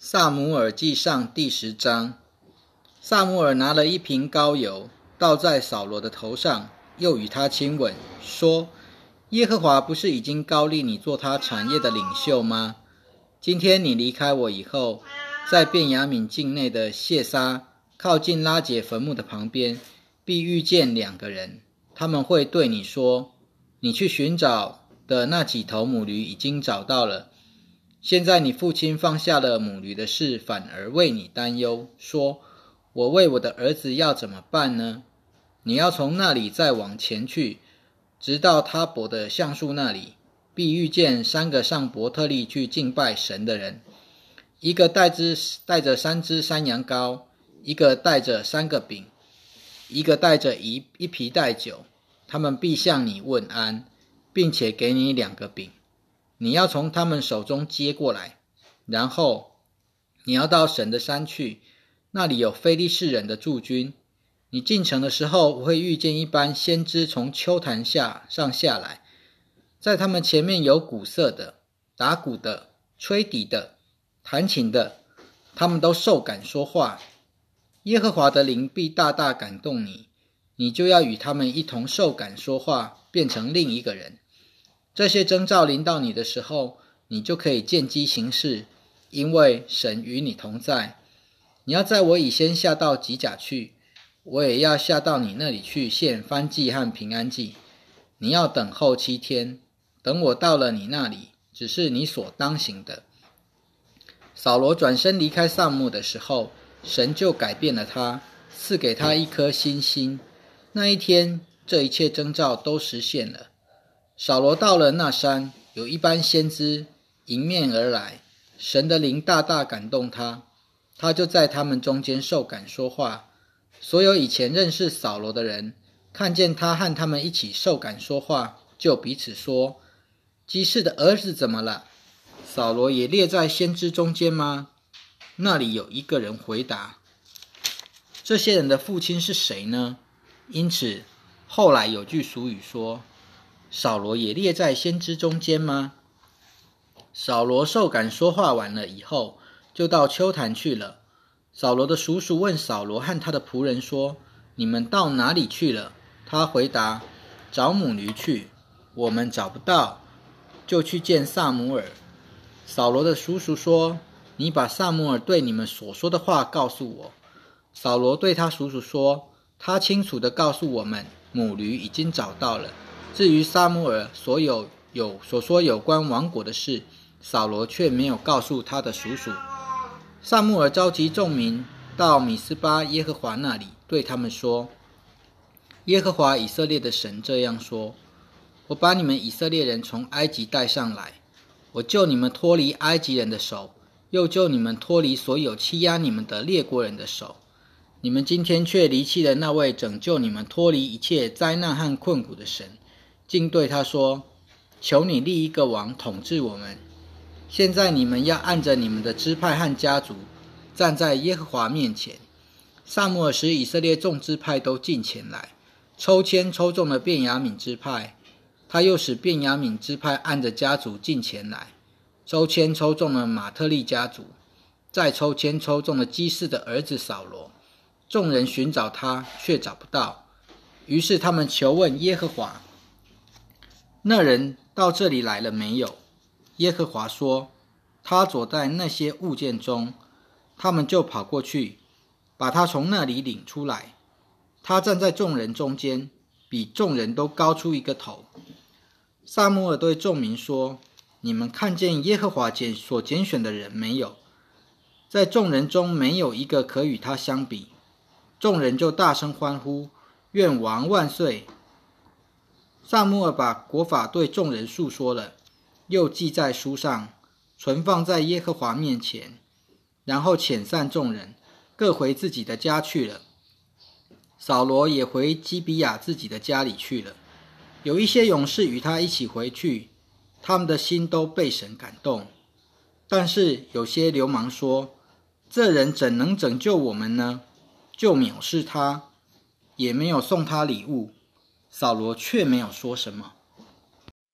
撒母耳记上第10章。撒母耳拿了一瓶膏油，倒在扫罗的头上，又与他亲吻，说：耶和华不是已经膏立你做他产业的领袖吗？今天你离开我以后，在便雅悯境内的谢撒，靠近拉结坟墓的旁边，必遇见2个人，他们会对你说：你去寻找的那几头母驴已经找到了。现在你父亲放下了母驴的事，反而为你担忧，说：我为我的儿子要怎么办呢？你要从那里再往前去，直到他伯的橡树那里，必遇见3个上伯特利去敬拜神的人，一个带着3只山羊羔，一个带着3个饼，一个带着一皮带酒，他们必向你问安，并且给你2个饼，你要从他们手中接过来。然后你要到神的山去，那里有非利士人的驻军。你进城的时候，会遇见一班先知从丘坛上下来，在他们前面有鼓瑟的、打鼓的、吹笛的、弹琴的，他们都受感说话。耶和华的灵必大大感动你，你就要与他们一同受感说话，变成另一个人。这些征兆临到你的时候，你就可以见机行事，因为神与你同在。你要在我以先下到吉甲去，我也要下到你那里去献燔祭和平安祭。你要等候7天，等我到了你那里，只是你所当行的。扫罗转身离开撒母的时候，神就改变了他，赐给他一颗新心。那一天，这一切征兆都实现了。扫罗到了那山，有一班先知迎面而来，神的灵大大感动他，他就在他们中间受感说话。所有以前认识扫罗的人，看见他和他们一起受感说话，就彼此说：基士的儿子怎么了？扫罗也列在先知中间吗？那里有一个人回答：这些人的父亲是谁呢？因此后来有句俗语说：扫罗也列在先知中间吗？扫罗受感说话完了以后，就到丘坛去了。扫罗的叔叔问扫罗和他的仆人说：你们到哪里去了？他回答：找母驴去。我们找不到，就去见撒母耳。扫罗的叔叔说：你把撒母耳对你们所说的话告诉我。扫罗对他叔叔说：他清楚地告诉我们，母驴已经找到了。至于撒母耳所说有关王国的事，扫罗却没有告诉他的叔叔。撒母耳召集众民到米斯巴耶和华那里，对他们说：耶和华以色列的神这样说：我把你们以色列人从埃及带上来，我救你们脱离埃及人的手，又救你们脱离所有欺压你们的列国人的手。你们今天却离弃了那位拯救你们脱离一切灾难和困苦的神，竟对他说：求你立一个王统治我们。现在你们要按着你们的支派和家族，站在耶和华面前。撒母耳使以色列众支派都进前来，抽签抽中了便雅悯支派。他又使便雅悯支派按着家族进前来，抽签抽中了马特利家族，再抽签抽中了基士的儿子扫罗。众人寻找他，却找不到。于是他们求问耶和华：那人到这里来了没有？耶和华说：他躲在那些物件中。他们就跑过去，把他从那里领出来。他站在众人中间，比众人都高出一个头。撒母耳对众民说：你们看见耶和华所拣选的人没有？在众人中没有一个可与他相比。众人就大声欢呼：愿王万岁！撒母耳把国法对众人述说了，又记在书上，存放在耶和华面前。然后遣散众人，各回自己的家去了。扫罗也回基比亚自己的家里去了。有一些勇士与他一起回去，他们的心都被神感动。但是有些流氓说：这人怎能拯救我们呢？就藐视他，也没有送他礼物。扫罗却没有说什么。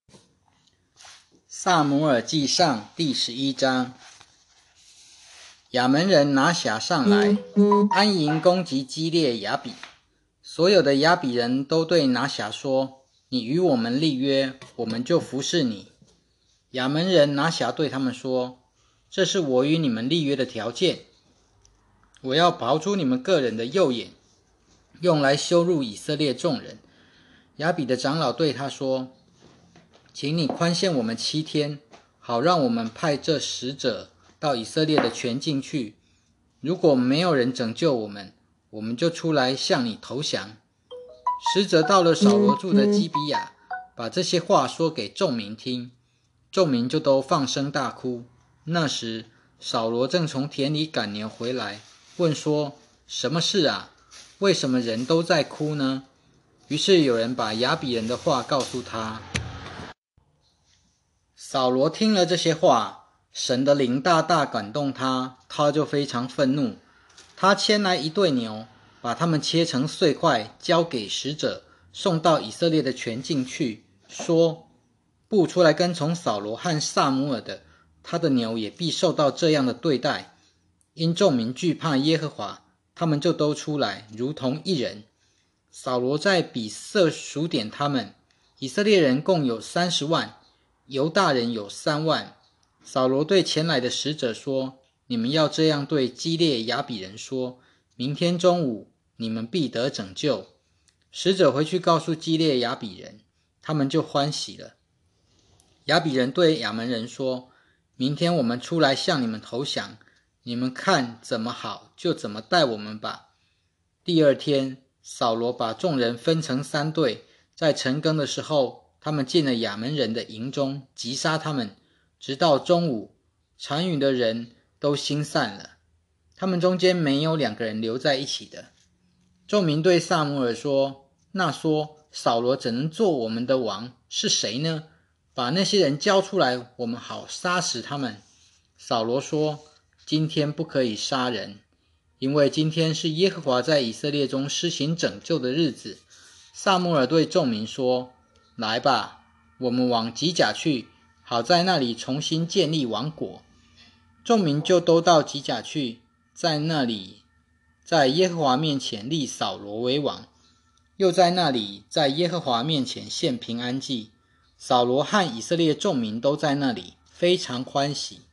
撒母耳记上第11章。 亚门人拿辖上来，安营攻击基列雅比。所有的雅比人都对拿辖说：你与我们立约，我们就服侍你。亚门人拿辖对他们说：这是我与你们立约的条件，我要刨出你们个人的右眼，用来羞辱以色列众人。雅比的长老对他说：请你宽限我们7天，好让我们派这使者到以色列的全境去。如果没有人拯救我们，我们就出来向你投降。使者到了扫罗住的基比亚，把这些话说给众民听，众民就都放声大哭。那时扫罗正从田里赶牛回来，问说：什么事啊？为什么人都在哭呢？于是有人把雅比人的话告诉他。扫罗听了这些话，神的灵大大感动他，他就非常愤怒。他牵来一对牛，把它们切成碎块，交给使者，送到以色列的全境去，说：不出来跟从扫罗和撒母耳的，他的牛也必受到这样的对待。因众民惧怕耶和华，他们就都出来，如同一人。扫罗在比色数点他们，以色列人共有30万，犹大人有3万。扫罗对前来的使者说：你们要这样对基列雅比人说，明天中午你们必得拯救。使者回去告诉基列雅比人，他们就欢喜了。雅比人对亚门人说：明天我们出来向你们投降，你们看怎么好就怎么待我们吧。第二天，扫罗把众人分成3队，在晨更的时候，他们进了亚门人的营中，击杀他们，直到中午，残余的人都心散了，他们中间没有2个人留在一起的。众民对撒母耳说：那说扫罗怎能做我们的王是谁呢？把那些人交出来，我们好杀死他们。扫罗说：今天不可以杀人，因为今天是耶和华在以色列中施行拯救的日子。撒母耳对众民说：来吧，我们往吉甲去，好在那里重新建立王国。众民就都到吉甲去，在那里在耶和华面前立扫罗为王，又在那里在耶和华面前献平安祭。扫罗和以色列众民都在那里，非常欢喜。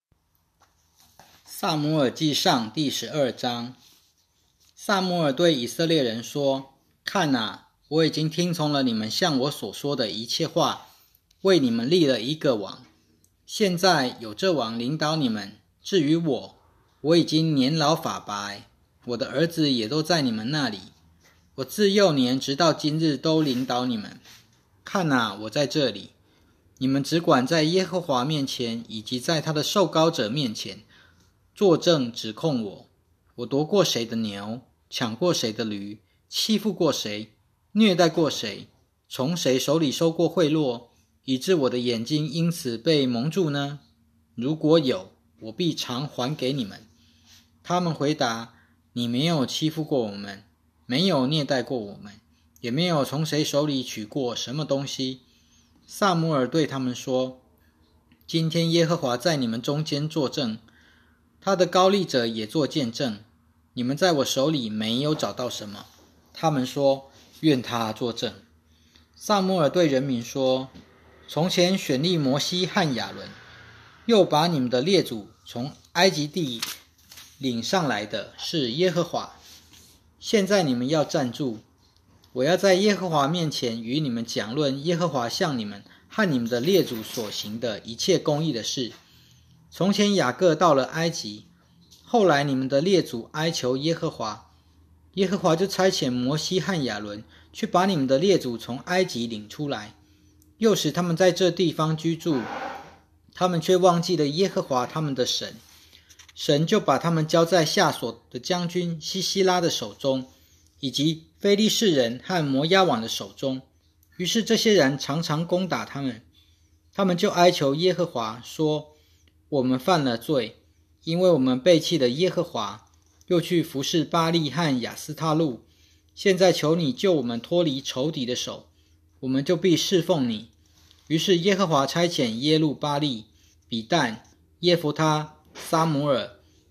撒母耳记上第12章。撒母耳对以色列人说：看啊，我已经听从了你们向我所说的一切话，为你们立了一个王。现在有这王领导你们，至于我已经年老发白，我的儿子也都在你们那里。我自幼年直到今日都领导你们。看啊，我在这里，你们只管在耶和华面前，以及在他的受膏者面前作证指控我夺过谁的牛，抢过谁的驴，欺负过谁，虐待过谁，从谁手里收过贿赂，以致我的眼睛因此被蒙住呢？如果有，我必偿还给你们。他们回答：你没有欺负过我们，没有虐待过我们，也没有从谁手里取过什么东西。撒母耳对他们说：今天耶和华在你们中间作证，他的膏立者也作见证，你们在我手里没有找到什么。他们说：愿他作证。撒母耳对人民说：从前选立摩西和亚伦，又把你们的列祖从埃及地领上来的是耶和华。现在你们要站住，我要在耶和华面前与你们讲论耶和华向你们和你们的列祖所行的一切公义的事。从前雅各到了埃及，后来你们的列祖哀求耶和华，耶和华就差遣摩西和亚伦去把你们的列祖从埃及领出来，又使他们在这地方居住。他们却忘记了耶和华他们的神，神就把他们交在夏所的将军西西拉的手中，以及非利士人和摩押王的手中。于是这些人常常攻打他们，他们就哀求耶和华说：我们犯了罪，因为我们背弃了耶和华，又去服侍巴力和亚斯他路。现在求你救我们脱离仇敌的手，我们就必侍奉你。于是耶和华差遣耶路巴力、比但、耶弗他、撒母耳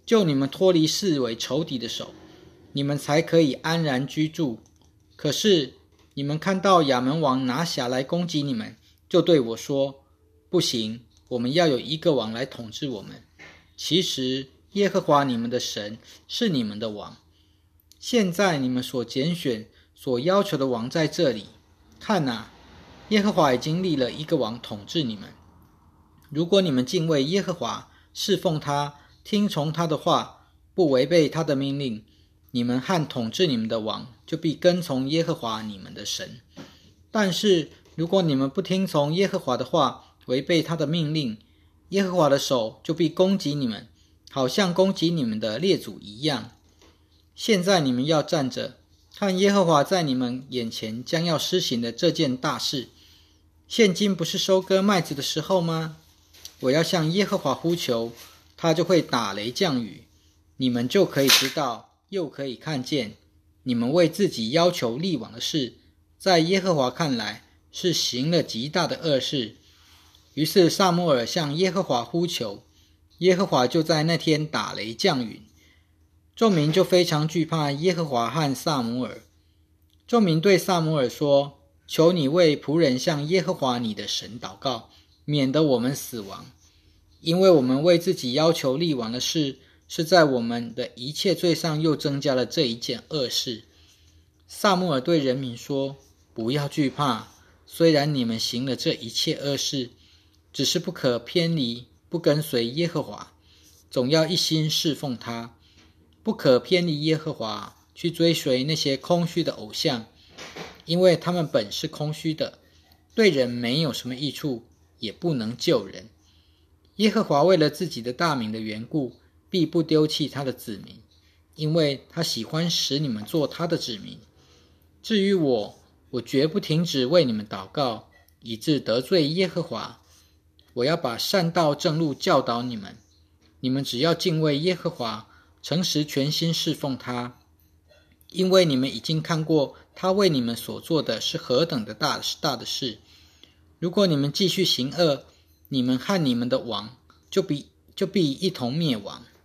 救你们脱离视为仇敌的手，你们才可以安然居住。可是你们看到亚门王拿辖来攻击你们，就对我说，不行，我们要有一个王来统治我们。其实耶和华你们的神是你们的王。现在你们所拣选所要求的王在这里，看啊，耶和华已经立了一个王统治你们。如果你们敬畏耶和华，侍奉他，听从他的话，不违背他的命令，你们和统治你们的王就必跟从耶和华你们的神。但是如果你们不听从耶和华的话，违背他的命令，耶和华的手就必攻击你们，好像攻击你们的列祖一样。现在你们要站着，看耶和华在你们眼前将要施行的这件大事。现今不是收割麦子的时候吗？我要向耶和华呼求，他就会打雷降雨，你们就可以知道，又可以看见，你们为自己要求立王的事，在耶和华看来是行了极大的恶事。于是撒母耳向耶和华呼求，耶和华就在那天打雷降雨。众民就非常惧怕耶和华和撒母耳。众民对撒母耳说，求你为仆人向耶和华你的神祷告，免得我们死亡，因为我们为自己要求立王的事，是在我们的一切罪上又增加了这一件恶事。撒母耳对人民说，不要惧怕，虽然你们行了这一切恶事，只是不可偏离，不跟随耶和华，总要一心侍奉他，不可偏离耶和华，去追随那些空虚的偶像，因为他们本是空虚的，对人没有什么益处，也不能救人。耶和华为了自己的大名的缘故，必不丢弃他的子民，因为他喜欢使你们做他的子民。至于我绝不停止为你们祷告，以致得罪耶和华。我要把善道正路教导你们，你们只要敬畏耶和华，诚实全心侍奉他，因为你们已经看过他为你们所做的是何等的大的事。如果你们继续行恶，你们和你们的王就必一同灭亡。